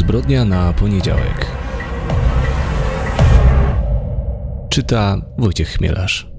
Zbrodnia na poniedziałek. Czyta Wojciech Chmielarz.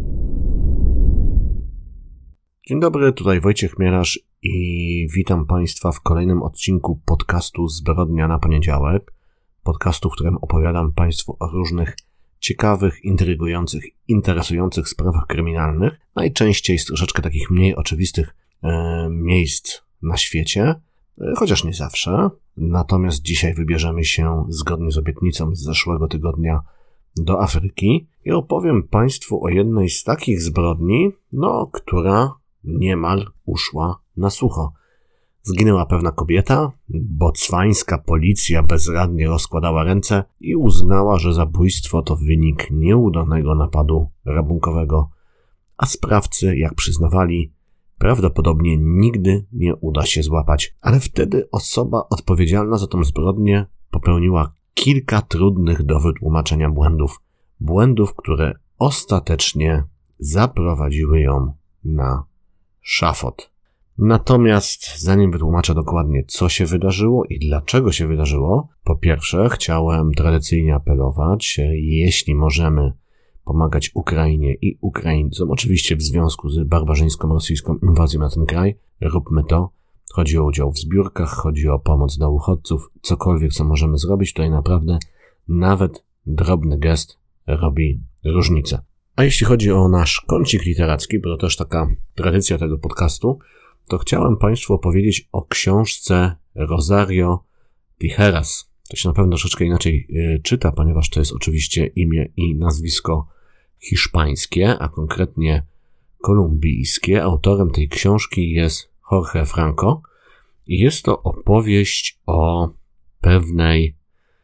Dzień dobry, tutaj Wojciech Chmielarz i witam Państwa w kolejnym odcinku podcastu Zbrodnia na poniedziałek. Podcastu, w którym opowiadam Państwu o różnych ciekawych, intrygujących, interesujących sprawach kryminalnych, najczęściej z troszeczkę takich mniej oczywistych miejsc na świecie, chociaż nie zawsze. Natomiast dzisiaj wybierzemy się, zgodnie z obietnicą z zeszłego tygodnia, do Afryki i opowiem Państwu o jednej z takich zbrodni, która niemal uszła na sucho. Zginęła pewna kobieta, botswańska policja bezradnie rozkładała ręce i uznała, że zabójstwo to wynik nieudanego napadu rabunkowego, a sprawcy, jak przyznawali, prawdopodobnie nigdy nie uda się złapać. Ale wtedy osoba odpowiedzialna za tą zbrodnię popełniła kilka trudnych do wytłumaczenia błędów, które ostatecznie zaprowadziły ją na szafot. Natomiast zanim wytłumaczę dokładnie, co się wydarzyło i dlaczego się wydarzyło, po pierwsze chciałem tradycyjnie apelować, jeśli możemy pomagać Ukrainie i Ukraińcom, oczywiście w związku z barbarzyńską rosyjską inwazją na ten kraj, róbmy to. Chodzi o udział w zbiórkach, chodzi o pomoc dla uchodźców, cokolwiek co możemy zrobić, tutaj naprawdę nawet drobny gest robi różnicę. A jeśli chodzi o nasz kącik literacki, bo to też taka tradycja tego podcastu, to chciałem Państwu opowiedzieć o książce Rosario Tijeras. To się na pewno troszeczkę inaczej czyta, ponieważ to jest oczywiście imię i nazwisko hiszpańskie, a konkretnie kolumbijskie. Autorem tej książki jest Jorge Franco i jest to opowieść o pewnej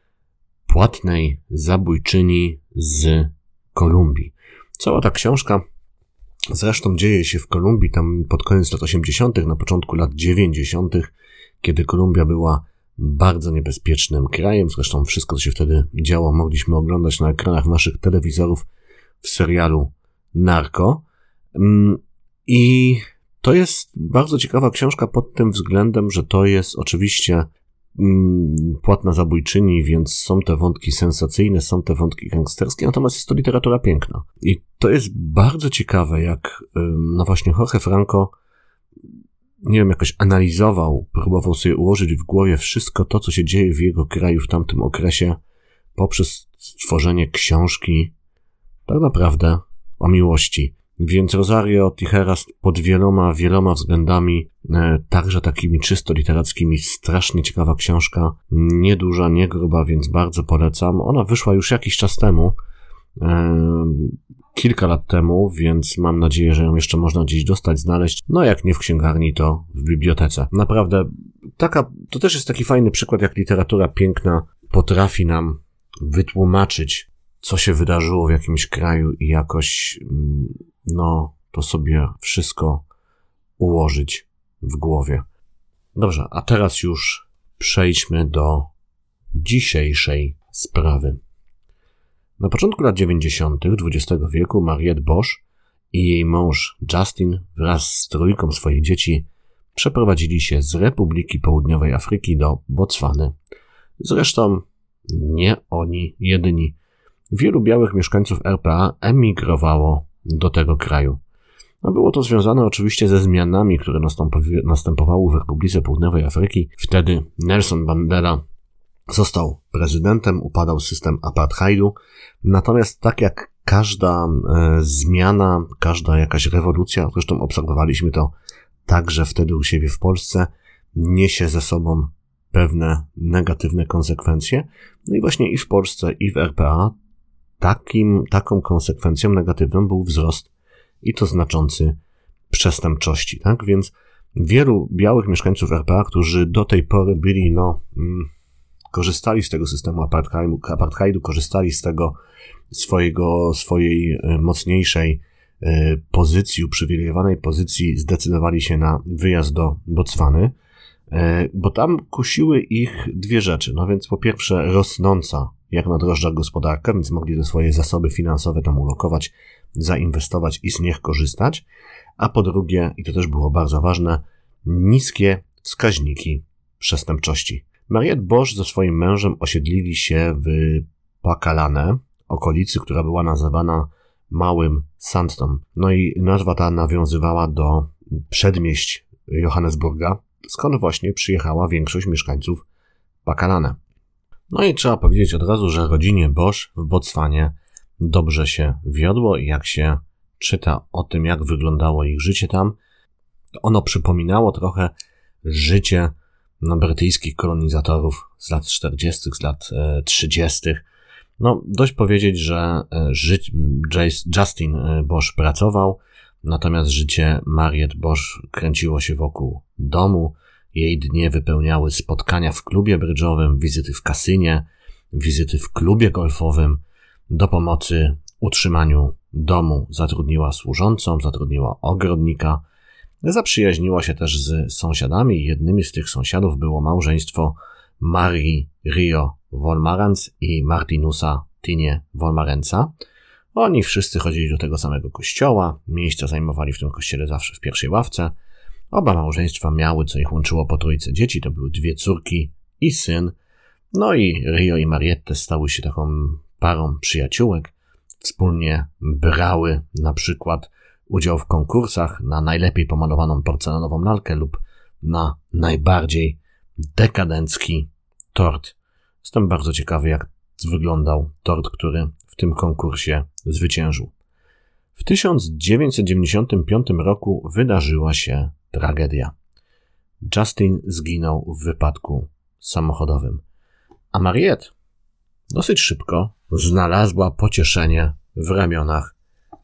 płatnej zabójczyni z Kolumbii. Cała ta książka zresztą dzieje się w Kolumbii tam pod koniec lat 80., na początku lat 90., kiedy Kolumbia była bardzo niebezpiecznym krajem. Zresztą wszystko, co się wtedy działo, mogliśmy oglądać na ekranach naszych telewizorów w serialu Narco. I to jest bardzo ciekawa książka pod tym względem, że to jest oczywiście płatna zabójczyni, więc są te wątki sensacyjne, są te wątki gangsterskie, natomiast jest to literatura piękna. I to jest bardzo ciekawe, jak właśnie Jorge Franco, nie wiem, jakoś analizował, próbował sobie ułożyć w głowie wszystko to, co się dzieje w jego kraju w tamtym okresie, poprzez stworzenie książki tak naprawdę o miłości. Więc Rosario Tijeras pod wieloma względami, także takimi czysto literackimi, strasznie ciekawa książka, nieduża, nie gruba, więc bardzo polecam. Ona wyszła już jakiś czas temu, kilka lat temu, więc mam nadzieję, że ją jeszcze można gdzieś dostać, znaleźć. Jak nie w księgarni, to w bibliotece. Naprawdę, to też jest taki fajny przykład, jak literatura piękna potrafi nam wytłumaczyć, co się wydarzyło w jakimś kraju i jakoś to sobie wszystko ułożyć w głowie. Dobrze, a teraz już przejdźmy do dzisiejszej sprawy. Na początku lat 90. XX wieku Mariette Bosch i jej mąż Justin wraz z trójką swoich dzieci przeprowadzili się z Republiki Południowej Afryki do Botswany. Zresztą nie oni jedyni. Wielu białych mieszkańców RPA emigrowało do tego kraju. Było to związane oczywiście ze zmianami, które następowały w Republice Południowej Afryki. Wtedy Nelson Mandela został prezydentem, upadał system apartheidu. Natomiast tak jak każda zmiana, każda jakaś rewolucja, zresztą obserwowaliśmy to także wtedy u siebie w Polsce, niesie ze sobą pewne negatywne konsekwencje. I właśnie i w Polsce, i w RPA taką konsekwencją negatywną był wzrost i to znaczący przestępczości, tak? Więc wielu białych mieszkańców RPA, którzy do tej pory byli, korzystali z tego systemu apartheidu, korzystali z tego swojej mocniejszej pozycji, uprzywilejowanej pozycji, zdecydowali się na wyjazd do Botswany, bo tam kusiły ich dwie rzeczy. Więc po pierwsze rosnąca jak na drożdżach gospodarka, więc mogli te swoje zasoby finansowe tam ulokować, zainwestować i z nich korzystać, a po drugie, i to też było bardzo ważne, niskie wskaźniki przestępczości. Mariette Bosch ze swoim mężem osiedlili się w Pacalane, okolicy, która była nazywana Małym Sandton. No i nazwa ta nawiązywała do przedmieść Johannesburga, skąd właśnie przyjechała większość mieszkańców Pacalane. No i trzeba powiedzieć od razu, że rodzinie Bosch w Botswanie dobrze się wiodło i jak się czyta o tym, jak wyglądało ich życie tam, to ono przypominało trochę życie brytyjskich kolonizatorów z lat 40., z lat 30. No, dość powiedzieć, że Justin Bosch pracował, natomiast życie Mariette Bosch kręciło się wokół domu. Jej dnie wypełniały spotkania w klubie brydżowym, wizyty w kasynie, wizyty w klubie golfowym. Do pomocy utrzymaniu domu zatrudniła służącą, zatrudniła ogrodnika. Zaprzyjaźniła się też z sąsiadami. Jednymi z tych sąsiadów było małżeństwo Marii Rio Wolmarans i Martinusa Tinie Wolmarensa. Oni wszyscy chodzili do tego samego kościoła, miejsca zajmowali w tym kościele zawsze w pierwszej ławce. Oba małżeństwa miały, co ich łączyło, po trójce dzieci, to były 2 córki i syn. No i Rio i Mariette stały się taką parą przyjaciółek. Wspólnie brały na przykład udział w konkursach na najlepiej pomalowaną porcelanową lalkę lub na najbardziej dekadencki tort. Jestem bardzo ciekawy, jak wyglądał tort, który w tym konkursie zwyciężył. W 1995 roku wydarzyła się tragedia. Justin zginął w wypadku samochodowym, a Mariette dosyć szybko znalazła pocieszenie w ramionach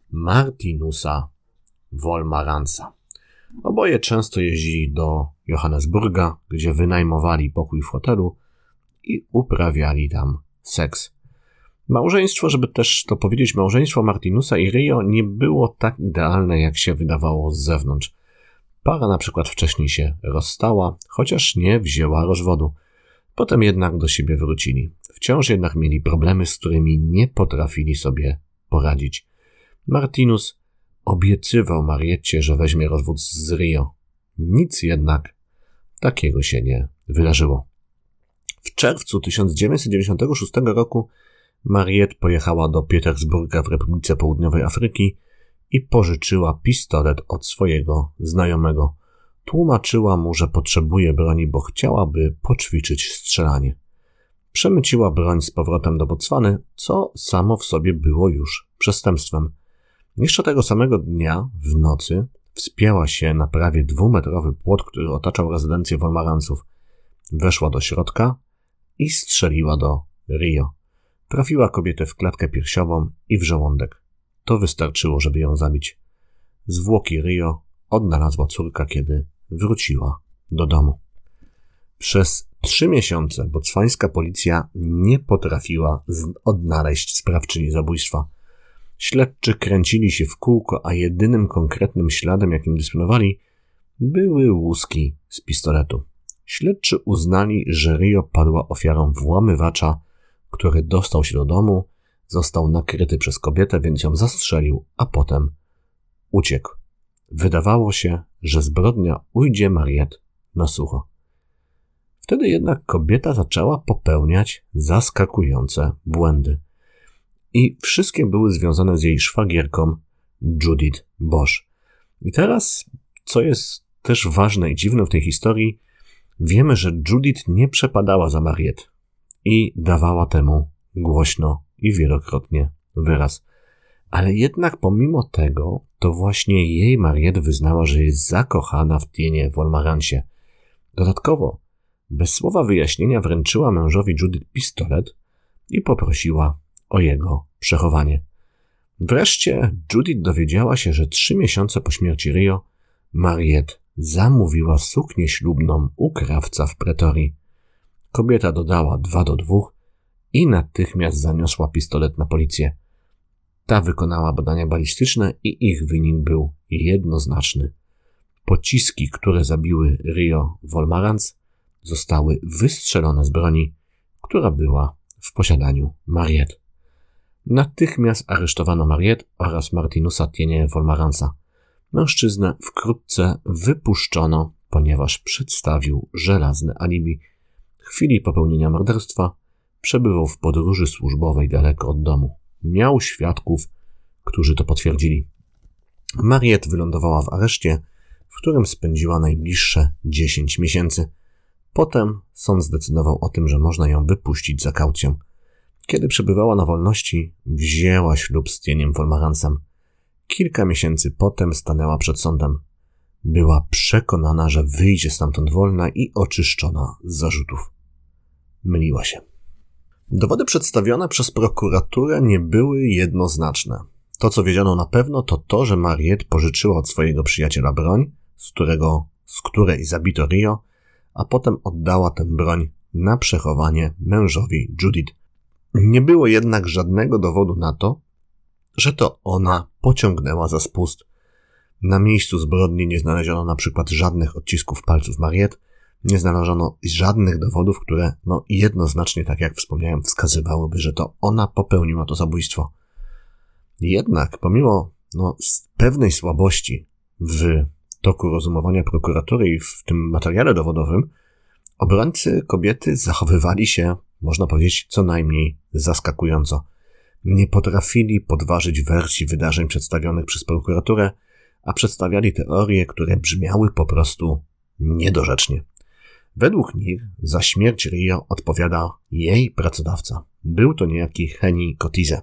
Martinusa Wolmaransa. Oboje często jeździli do Johannesburga, gdzie wynajmowali pokój w hotelu i uprawiali tam seks. Małżeństwo, żeby też to powiedzieć, małżeństwo Martinusa i Rio nie było tak idealne, jak się wydawało z zewnątrz. Para na przykład wcześniej się rozstała, chociaż nie wzięła rozwodu. Potem jednak do siebie wrócili. Wciąż jednak mieli problemy, z którymi nie potrafili sobie poradzić. Martinus obiecywał Marietcie, że weźmie rozwód z Rio. Nic jednak takiego się nie wydarzyło. W czerwcu 1996 roku Mariette pojechała do Pietersburga w Republice Południowej Afryki i pożyczyła pistolet od swojego znajomego. Tłumaczyła mu, że potrzebuje broni, bo chciałaby poćwiczyć strzelanie. Przemyciła broń z powrotem do Botswany, co samo w sobie było już przestępstwem. Jeszcze tego samego dnia, w nocy, wspięła się na prawie 2-metrowy płot, który otaczał rezydencję Wolmaransów. Weszła do środka i strzeliła do Rio. Trafiła kobietę w klatkę piersiową i w żołądek. To wystarczyło, żeby ją zabić. Zwłoki Rio odnalazła córka, kiedy wróciła do domu. Przez 3 miesiące botswańska policja nie potrafiła odnaleźć sprawczyni zabójstwa. Śledczy kręcili się w kółko, a jedynym konkretnym śladem, jakim dysponowali, były łuski z pistoletu. Śledczy uznali, że Rio padła ofiarą włamywacza, który dostał się do domu, został nakryty przez kobietę, więc ją zastrzelił, a potem uciekł. Wydawało się, że zbrodnia ujdzie Mariette na sucho. Wtedy jednak kobieta zaczęła popełniać zaskakujące błędy. I wszystkie były związane z jej szwagierką Judith Bosch. I teraz, co jest też ważne i dziwne w tej historii, wiemy, że Judith nie przepadała za Mariette i dawała temu głośno i wielokrotnie wyraz. Ale jednak pomimo tego, to właśnie jej Mariette wyznała, że jest zakochana w Tinie Wolmaransie. Dodatkowo, bez słowa wyjaśnienia wręczyła mężowi Judith pistolet i poprosiła o jego przechowanie. Wreszcie Judith dowiedziała się, że 3 miesiące po śmierci Rio Mariette zamówiła suknię ślubną u krawca w Pretorii. Kobieta dodała 2 do 2 i natychmiast zaniosła pistolet na policję. Ta wykonała badania balistyczne i ich wynik był jednoznaczny. Pociski, które zabiły Rio Wolmarans, zostały wystrzelone z broni, która była w posiadaniu Mariette. Natychmiast aresztowano Mariette oraz Martinusa Tinie Wolmaransa. Mężczyznę wkrótce wypuszczono, ponieważ przedstawił żelazne alibi. chwili popełnienia morderstwa przebywał w podróży służbowej daleko od domu. Miał świadków, którzy to potwierdzili. Mariette wylądowała w areszcie, w którym spędziła najbliższe 10 miesięcy. Potem sąd zdecydował o tym, że można ją wypuścić za kaucją. Kiedy przebywała na wolności, wzięła ślub z cieniem Wolmarancem. Kilka miesięcy potem stanęła przed sądem. Była przekonana, że wyjdzie stamtąd wolna i oczyszczona z zarzutów. Myliła się. Dowody przedstawione przez prokuraturę nie były jednoznaczne. To, co wiedziano na pewno, to to, że Mariette pożyczyła od swojego przyjaciela broń, z której zabito Rio, a potem oddała tę broń na przechowanie mężowi Judith. Nie było jednak żadnego dowodu na to, że to ona pociągnęła za spust. Na miejscu zbrodni nie znaleziono na przykład żadnych odcisków palców Mariette, nie znaleziono żadnych dowodów, które jednoznacznie, tak jak wspomniałem, wskazywałyby, że to ona popełniła to zabójstwo. Jednak pomimo pewnej słabości w toku rozumowania prokuratury i w tym materiale dowodowym, obrońcy kobiety zachowywali się, można powiedzieć, co najmniej zaskakująco. Nie potrafili podważyć wersji wydarzeń przedstawionych przez prokuraturę, a przedstawiali teorie, które brzmiały po prostu niedorzecznie. Według nich za śmierć Rio odpowiada jej pracodawca. Był to niejaki Henny Cotize.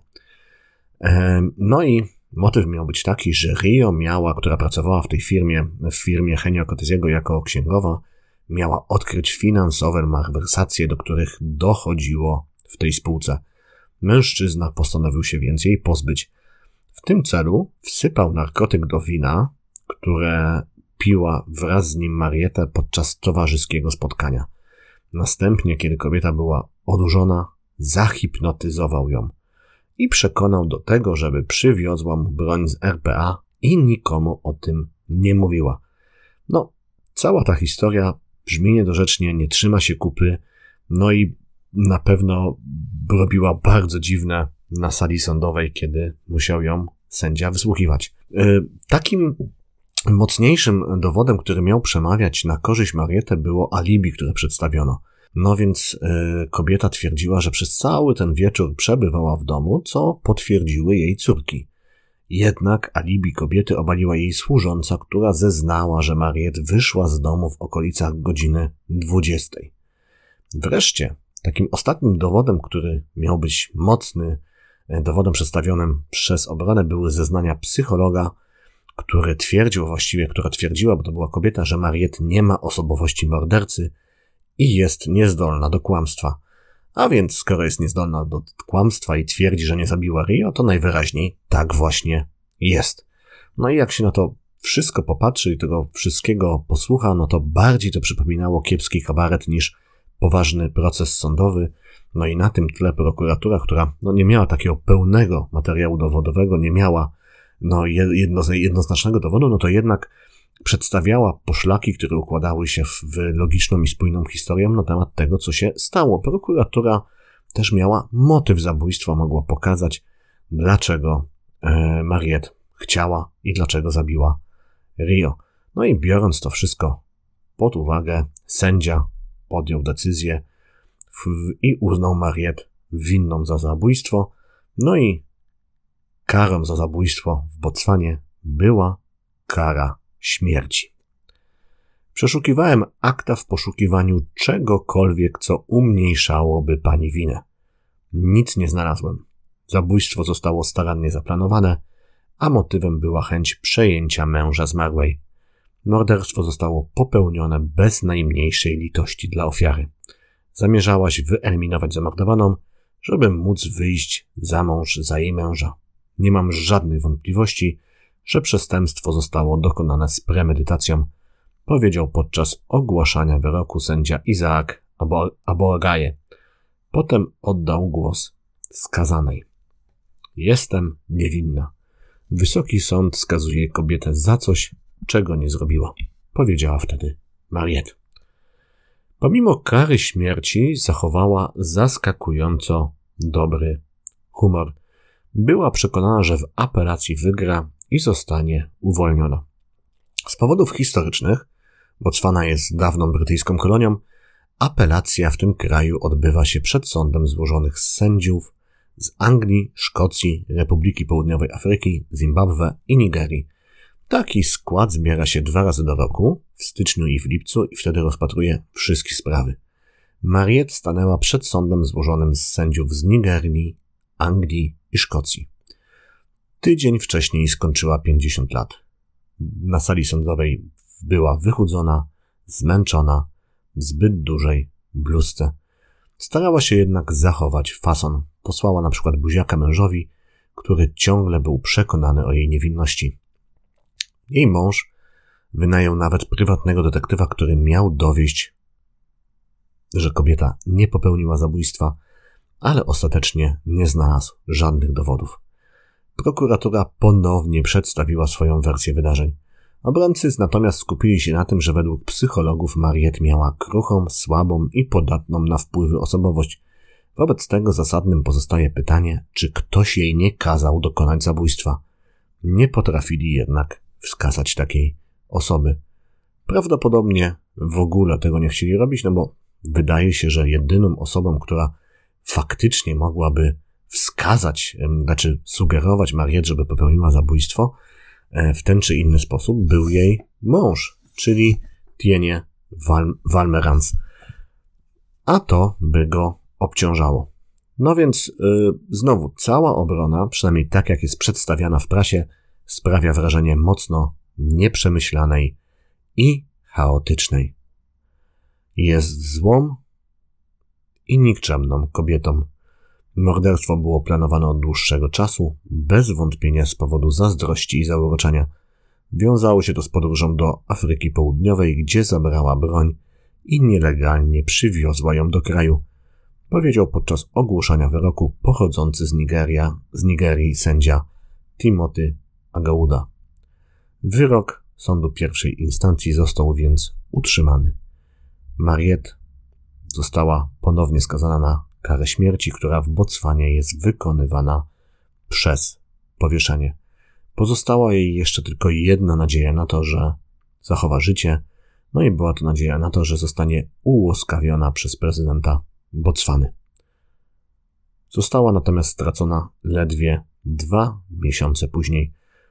No i motyw miał być taki, że Rio która pracowała w tej firmie, w firmie Henny'ego Cotizego jako księgowa, miała odkryć finansowe malwersacje, do których dochodziło w tej spółce. Mężczyzna postanowił się więc jej pozbyć. W tym celu wsypał narkotyk do wina, które piła wraz z nim Mariette podczas towarzyskiego spotkania. Następnie, kiedy kobieta była odurzona, zahipnotyzował ją i przekonał do tego, żeby przywiozła mu broń z RPA i nikomu o tym nie mówiła. Cała ta historia brzmi niedorzecznie, nie trzyma się kupy, i na pewno robiła bardzo dziwne na sali sądowej, kiedy musiał ją sędzia wysłuchiwać. Takim mocniejszym dowodem, który miał przemawiać na korzyść Mariette, było alibi, które przedstawiono. Więc kobieta twierdziła, że przez cały ten wieczór przebywała w domu, co potwierdziły jej córki. Jednak alibi kobiety obaliła jej służąca, która zeznała, że Mariette wyszła z domu w okolicach godziny 20. Wreszcie, takim ostatnim dowodem, który miał być mocny, dowodem przedstawionym przez obronę, były zeznania psychologa, która twierdziła, bo to była kobieta, że Mariette nie ma osobowości mordercy i jest niezdolna do kłamstwa. A więc, skoro jest niezdolna do kłamstwa i twierdzi, że nie zabiła Rio, to najwyraźniej tak właśnie jest. I jak się na to wszystko popatrzy i tego wszystkiego posłucha, to bardziej to przypominało kiepski kabaret niż poważny proces sądowy. I na tym tle prokuratura, która nie miała takiego pełnego materiału dowodowego, nie miała jednoznacznego dowodu, to jednak przedstawiała poszlaki, które układały się w logiczną i spójną historię na temat tego, co się stało. Prokuratura też miała motyw zabójstwa, mogła pokazać, dlaczego Mariette chciała i dlaczego zabiła Rio. I biorąc to wszystko pod uwagę, sędzia podjął decyzję i uznał Mariette winną za zabójstwo. I karą za zabójstwo w Botswanie była kara śmierci. Przeszukiwałem akta w poszukiwaniu czegokolwiek, co umniejszałoby pani winę. Nic nie znalazłem. Zabójstwo zostało starannie zaplanowane, a motywem była chęć przejęcia męża zmarłej. Morderstwo zostało popełnione bez najmniejszej litości dla ofiary. Zamierzałaś wyeliminować zamordowaną, żeby móc wyjść za mąż za jej męża. Nie mam żadnych wątpliwości, że przestępstwo zostało dokonane z premedytacją, powiedział podczas ogłaszania wyroku sędzia Isaac Aboagaye. Potem oddał głos skazanej. Jestem niewinna. Wysoki sąd skazuje kobietę za coś, czego nie zrobiła, powiedziała wtedy Mariette. Pomimo kary śmierci zachowała zaskakująco dobry humor. Była przekonana, że w apelacji wygra i zostanie uwolniona. Z powodów historycznych, Botswana jest dawną brytyjską kolonią, apelacja w tym kraju odbywa się przed sądem złożonych z sędziów z Anglii, Szkocji, Republiki Południowej Afryki, Zimbabwe i Nigerii. Taki skład zbiera się 2 razy do roku, w styczniu i w lipcu, i wtedy rozpatruje wszystkie sprawy. Mariette stanęła przed sądem złożonym z sędziów z Nigerii, Anglii i Szkocji. Tydzień wcześniej skończyła 50 lat. Na sali sądowej była wychudzona, zmęczona, w zbyt dużej bluzce. Starała się jednak zachować fason. Posłała na przykład buziaka mężowi, który ciągle był przekonany o jej niewinności. Jej mąż wynajął nawet prywatnego detektywa, który miał dowieść, że kobieta nie popełniła zabójstwa, ale ostatecznie nie znalazł żadnych dowodów. Prokuratura ponownie przedstawiła swoją wersję wydarzeń. Obrońcy natomiast skupili się na tym, że według psychologów Mariette miała kruchą, słabą i podatną na wpływy osobowość. Wobec tego zasadnym pozostaje pytanie, czy ktoś jej nie kazał dokonać zabójstwa. Nie potrafili jednak wskazać takiej osoby. Prawdopodobnie w ogóle tego nie chcieli robić, no bo wydaje się, że jedyną osobą, która faktycznie mogłaby wskazać, sugerować Mariette, żeby popełniła zabójstwo w ten czy inny sposób, był jej mąż, czyli Tienie Valmerans. A to by go obciążało. No więc znowu cała obrona, przynajmniej tak jak jest przedstawiana w prasie, sprawia wrażenie mocno nieprzemyślanej i chaotycznej. Jest złą i nikczemną kobietą. Morderstwo było planowane od dłuższego czasu, bez wątpienia z powodu zazdrości i zauroczenia. Wiązało się to z podróżą do Afryki Południowej, gdzie zabrała broń i nielegalnie przywiozła ją do kraju, powiedział podczas ogłoszenia wyroku pochodzący z Nigerii sędzia Timothy Agauda. Wyrok sądu pierwszej instancji został więc utrzymany. Mariette została ponownie skazana na karę śmierci, która w Botswanie jest wykonywana przez powieszenie. Pozostała jej jeszcze tylko jedna nadzieja na to, że zachowa życie, no i była to nadzieja na to, że zostanie ułaskawiona przez prezydenta Botswany. Została natomiast stracona ledwie 2 miesiące później,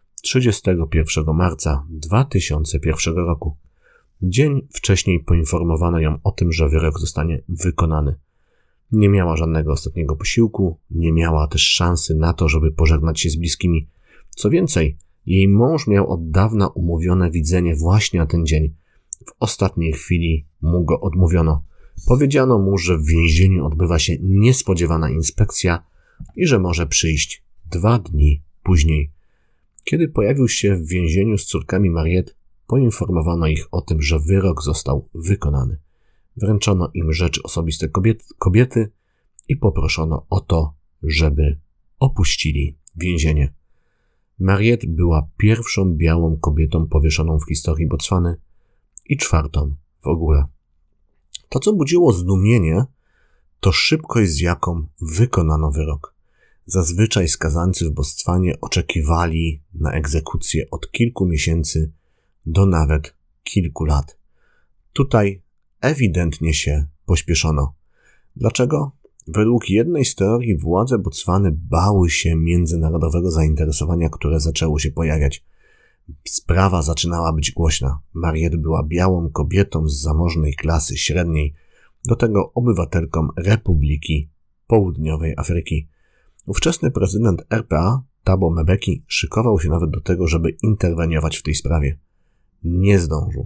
31 marca 2001 roku. Dzień wcześniej poinformowano ją o tym, że wyrok zostanie wykonany. Nie miała żadnego ostatniego posiłku, nie miała też szansy na to, żeby pożegnać się z bliskimi. Co więcej, jej mąż miał od dawna umówione widzenie właśnie na ten dzień. W ostatniej chwili mu go odmówiono. Powiedziano mu, że w więzieniu odbywa się niespodziewana inspekcja i że może przyjść 2 dni później. Kiedy pojawił się w więzieniu z córkami Mariette, poinformowano ich o tym, że wyrok został wykonany. Wręczono im rzeczy osobiste kobiety i poproszono o to, żeby opuścili więzienie. Mariette była pierwszą białą kobietą powieszoną w historii Botswany i 4. w ogóle. To, co budziło zdumienie, to szybkość, z jaką wykonano wyrok. Zazwyczaj skazańcy w Botswanie oczekiwali na egzekucję od kilku miesięcy do nawet kilku lat. Tutaj ewidentnie się pośpieszono. Dlaczego? Według jednej z teorii władze Botswany bały się międzynarodowego zainteresowania, które zaczęło się pojawiać. Sprawa zaczynała być głośna. Mariette była białą kobietą z zamożnej klasy średniej, do tego obywatelką Republiki Południowej Afryki. Ówczesny prezydent RPA, Thabo Mbeki, szykował się nawet do tego, żeby interweniować w tej sprawie. Nie zdążył.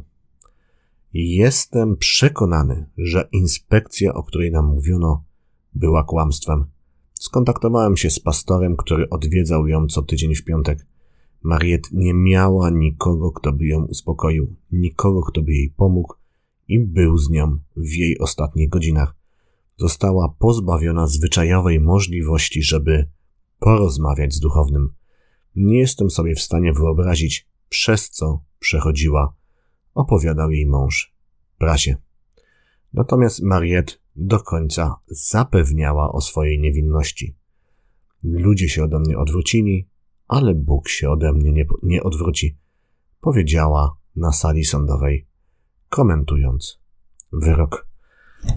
Jestem przekonany, że inspekcja, o której nam mówiono, była kłamstwem. Skontaktowałem się z pastorem, który odwiedzał ją co tydzień w piątek. Mariette nie miała nikogo, kto by ją uspokoił, nikogo, kto by jej pomógł i był z nią w jej ostatnich godzinach. Została pozbawiona zwyczajowej możliwości, żeby porozmawiać z duchownym. Nie jestem sobie w stanie wyobrazić, przez co przechodziła, opowiadał jej mąż prasie. Natomiast Mariette do końca zapewniała o swojej niewinności. Ludzie się ode mnie odwrócili, ale Bóg się ode mnie nie odwróci, powiedziała na sali sądowej, komentując wyrok.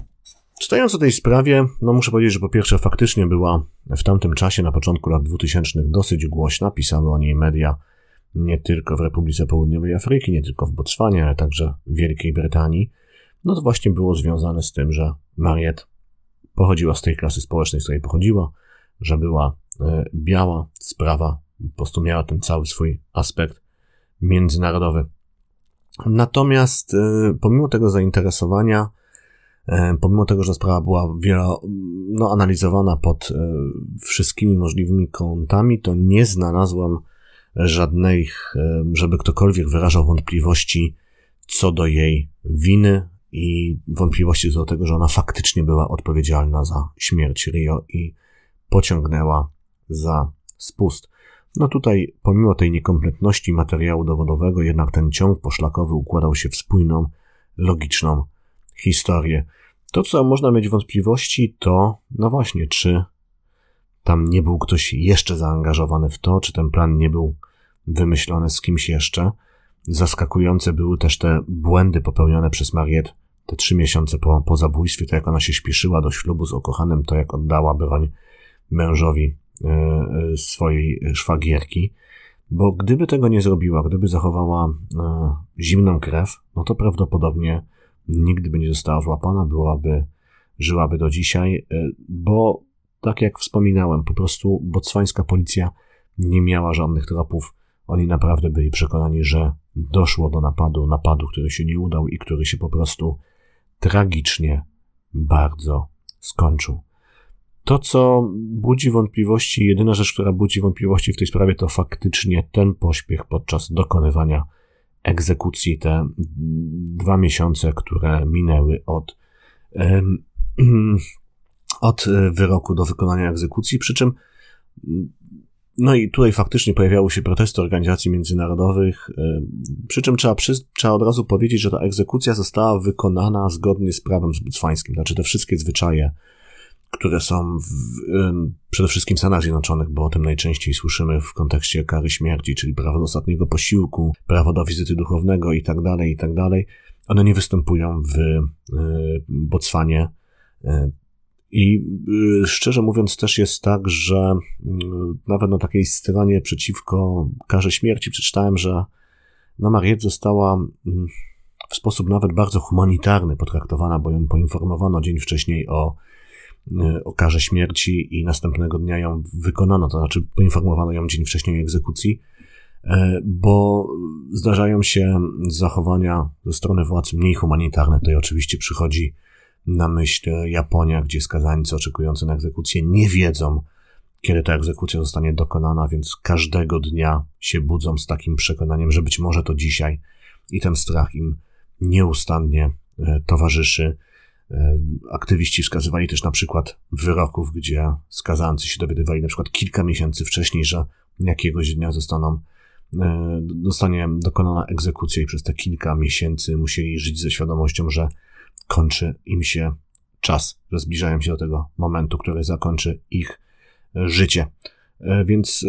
Czytając o tej sprawie, muszę powiedzieć, że po pierwsze faktycznie była w tamtym czasie, na początku lat 2000 dosyć głośna. Pisały o niej media nie tylko w Republice Południowej Afryki, nie tylko w Botswanie, ale także w Wielkiej Brytanii. No to właśnie było związane z tym, że Mariette pochodziła z tej klasy społecznej, z której pochodziła, że była biała. Sprawa po prostu miała ten cały swój aspekt międzynarodowy. Natomiast pomimo tego zainteresowania, pomimo tego, że sprawa była analizowana pod wszystkimi możliwymi kątami, to nie znalazłem żadnych, żeby ktokolwiek wyrażał wątpliwości co do jej winy i wątpliwości co do tego, że ona faktycznie była odpowiedzialna za śmierć Rio i pociągnęła za spust. No tutaj, pomimo tej niekompletności materiału dowodowego, jednak ten ciąg poszlakowy układał się w spójną, logiczną historię. To, co można mieć wątpliwości, to, no właśnie, czy tam nie był ktoś jeszcze zaangażowany w to, czy ten plan nie był wymyślony z kimś jeszcze. Zaskakujące były też te błędy popełnione przez Mariette te 3 miesiące po zabójstwie, to jak ona się śpieszyła do ślubu z ukochanym, to jak oddała broń mężowi swojej szwagierki, bo gdyby tego nie zrobiła, gdyby zachowała zimną krew, no to prawdopodobnie nigdy by nie została złapana, żyłaby do dzisiaj, bo tak jak wspominałem, po prostu botswańska policja nie miała żadnych tropów. Oni naprawdę byli przekonani, że doszło do napadu, który się nie udał i który się po prostu tragicznie bardzo skończył. To, co budzi wątpliwości, jedyna rzecz, która budzi wątpliwości w tej sprawie, to faktycznie ten pośpiech podczas dokonywania egzekucji, te 2 miesiące, które minęły od wyroku do wykonania egzekucji, przy czym no i tutaj faktycznie pojawiały się protesty organizacji międzynarodowych, przy czym trzeba od razu powiedzieć, że ta egzekucja została wykonana zgodnie z prawem botswańskim, znaczy te wszystkie zwyczaje, które są przede wszystkim w Stanach Zjednoczonych, bo o tym najczęściej słyszymy w kontekście kary śmierci, czyli prawo do ostatniego posiłku, prawo do wizyty duchownego i tak dalej, one nie występują w Botswanie. I szczerze mówiąc też jest tak, że nawet na takiej stronie przeciwko karze śmierci przeczytałem, że Mariette została w sposób nawet bardzo humanitarny potraktowana, bo ją poinformowano dzień wcześniej o karze śmierci i następnego dnia ją wykonano, to znaczy poinformowano ją dzień wcześniej o egzekucji, bo zdarzają się zachowania ze strony władz mniej humanitarne. Tutaj oczywiście przychodzi na myśl Japonia, gdzie skazańcy oczekujący na egzekucję nie wiedzą, kiedy ta egzekucja zostanie dokonana, więc każdego dnia się budzą z takim przekonaniem, że być może to dzisiaj i ten strach im nieustannie towarzyszy. Aktywiści wskazywali też na przykład wyroków, gdzie skazańcy się dowiadywali na przykład kilka miesięcy wcześniej, że jakiegoś dnia zostanie dokonana egzekucja i przez te kilka miesięcy musieli żyć ze świadomością, że kończy im się czas, że zbliżają się do tego momentu, który zakończy ich życie. Więc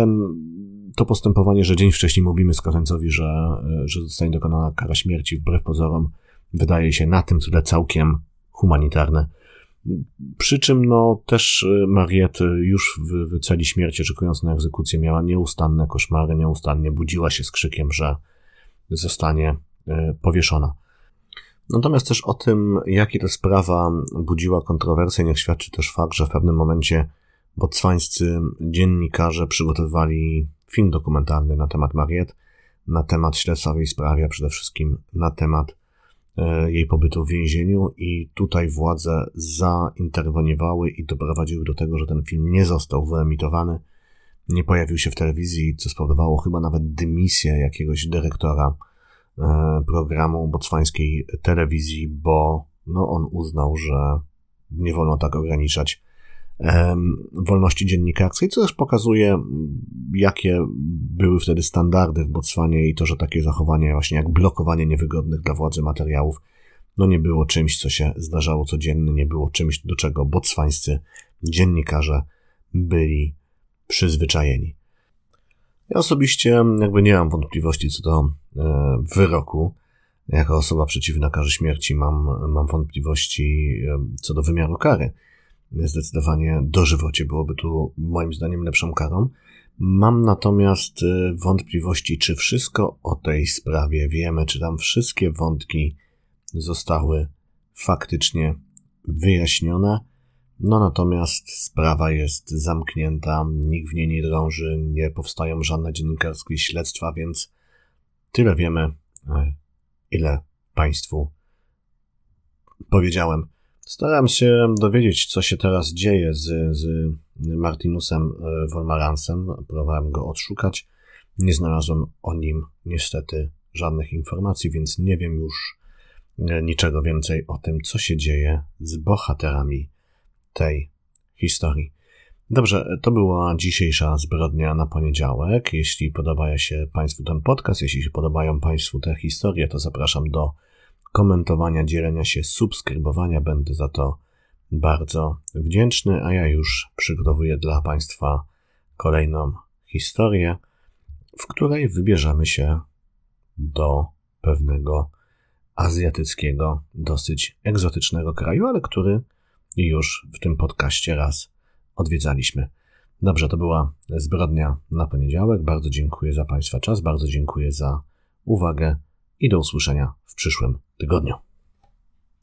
to postępowanie, że dzień wcześniej mówimy skazańcowi, że zostanie dokonana kara śmierci wbrew pozorom, wydaje się na tym tle całkiem humanitarne. Przy czym też Mariette już w celi śmierci, oczekując na egzekucję, miała nieustanne koszmary, nieustannie budziła się z krzykiem, że zostanie powieszona. Natomiast też o tym, jakie ta sprawa budziła kontrowersje, niech świadczy też fakt, że w pewnym momencie botswańscy dziennikarze przygotowywali film dokumentalny na temat Mariette, na temat śledztwa w jej sprawie, a przede wszystkim na temat jej pobytu w więzieniu i tutaj władze zainterweniowały i doprowadziły do tego, że ten film nie został wyemitowany, nie pojawił się w telewizji, co spowodowało chyba nawet dymisję jakiegoś dyrektora programu botswańskiej telewizji, bo on uznał, że nie wolno tak ograniczać wolności dziennikarskiej, co też pokazuje, jakie były wtedy standardy w Botswanie i to, że takie zachowanie właśnie jak blokowanie niewygodnych dla władzy materiałów nie było czymś, co się zdarzało codziennie, nie było czymś, do czego botswańscy dziennikarze byli przyzwyczajeni. Ja osobiście nie mam wątpliwości co do wyroku. Jako osoba przeciwna karze śmierci mam wątpliwości co do wymiaru kary. Zdecydowanie dożywocie byłoby tu moim zdaniem lepszą karą. Mam natomiast wątpliwości, czy wszystko o tej sprawie wiemy, czy tam wszystkie wątki zostały faktycznie wyjaśnione. Natomiast sprawa jest zamknięta, nikt w niej nie drąży, nie powstają żadne dziennikarskie śledztwa, więc tyle wiemy, ile Państwu powiedziałem. Starałem się dowiedzieć, co się teraz dzieje z Martinusem Wolmaransem. Próbowałem go odszukać. Nie znalazłem o nim niestety żadnych informacji, więc nie wiem już niczego więcej o tym, co się dzieje z bohaterami tej historii. Dobrze, to była dzisiejsza zbrodnia na poniedziałek. Jeśli podoba się Państwu ten podcast, jeśli się podobają Państwu te historie, to zapraszam do komentowania, dzielenia się, subskrybowania. Będę za to bardzo wdzięczny, a ja już przygotowuję dla Państwa kolejną historię, w której wybierzemy się do pewnego azjatyckiego, dosyć egzotycznego kraju, ale który już w tym podcaście raz odwiedzaliśmy. Dobrze, to była zbrodnia na poniedziałek. Bardzo dziękuję za Państwa czas, bardzo dziękuję za uwagę i do usłyszenia w przyszłym tygodniu.